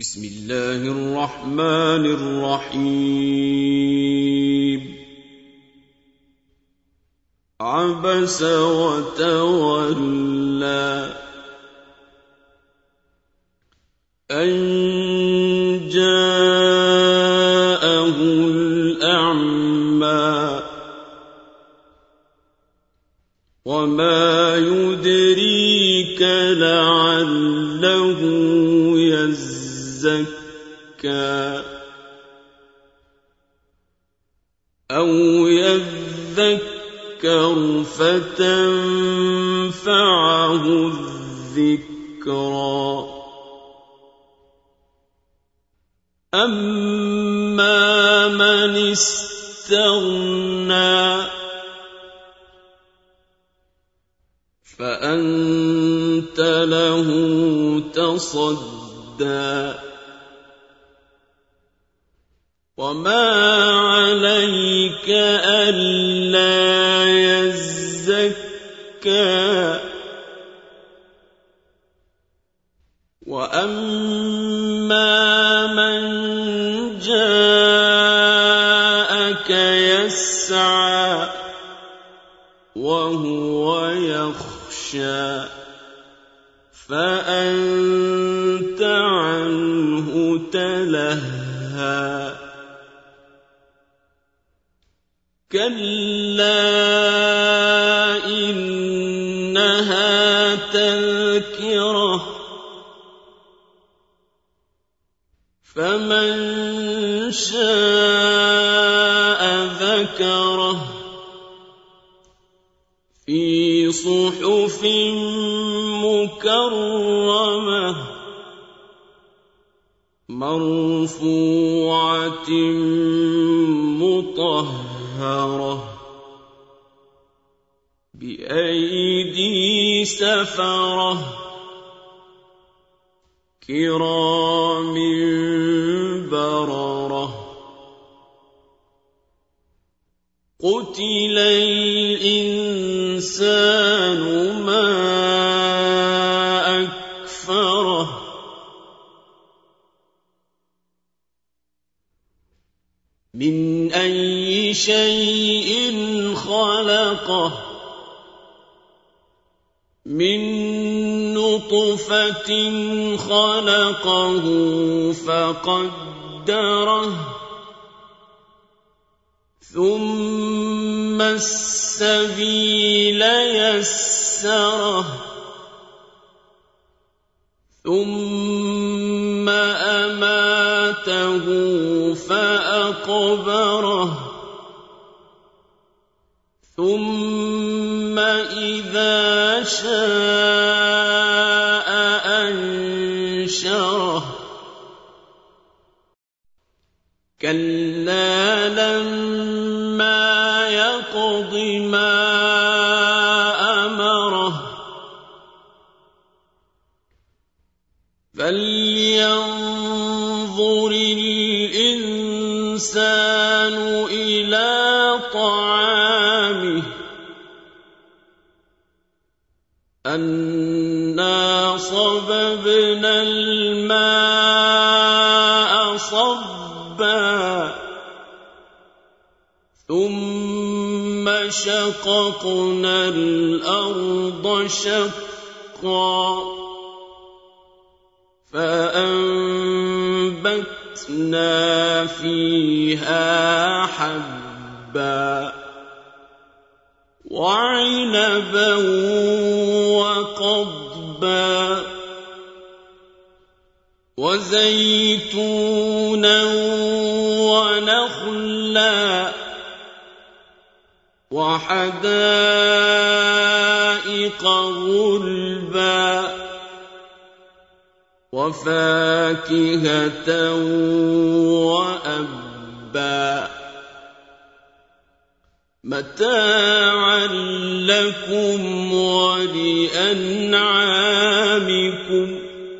بسم الله الرحمن الرحيم عبس وتولى أن جاءه الأعمى وما يدريك لعله يزكى أو يذكر فتنفعه الذكرى أما من استغنى فأنت له تصدى وما عليك ألا يزكى وأما من جاءك يسعى وهو يخشى فأنت عنه تلهى كلا إنها تذكرة فمن شاء ذكره في صحف مكرمة مرفوعة مطهرة بأيدي سفرة كرام بررة قتل الإنسان ما أكفره من أي شيء خلقه من نطفة خلقه فقدره ثم السبيل يسره ثم أماته فأقبره ثم إذا شاء أنشره كلا لما يقض ما أمره فلينظر الإنسان إلى طعامه أنا صببنا الماء صبا ثم شققنا الأرض شقا فأنبتنا فيها حبا وعنبا وقضبا وزيتونا ونخلا وحدائق غلبا وفاكهة وأبا متاعا لكم ولأنعامكم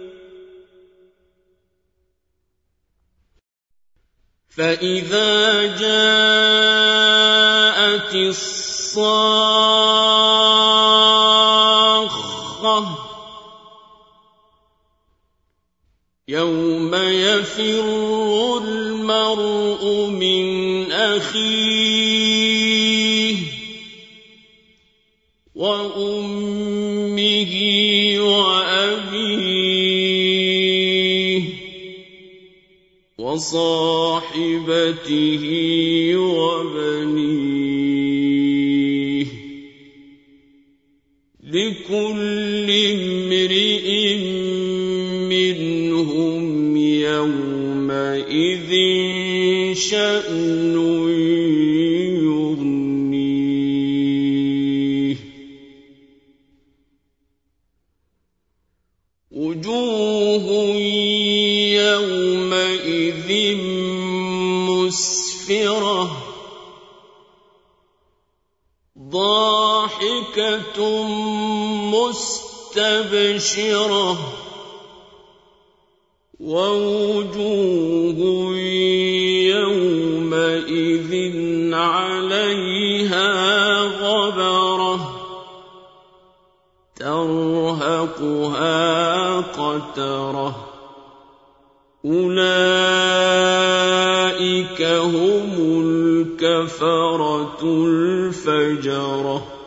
فإذا جاءت الصاخة يوم يفر المرء من أخيه وأمه وأبيه وصاحبته وبنيه لكل امرئ منهم يومئذ شأن يغنيه وجوه يومئذ مسفرة ضاحكة مستبشرة ووجوه يومئذ عليها غبرة ترهقها قترة أولئك هم الكفرة الفجرة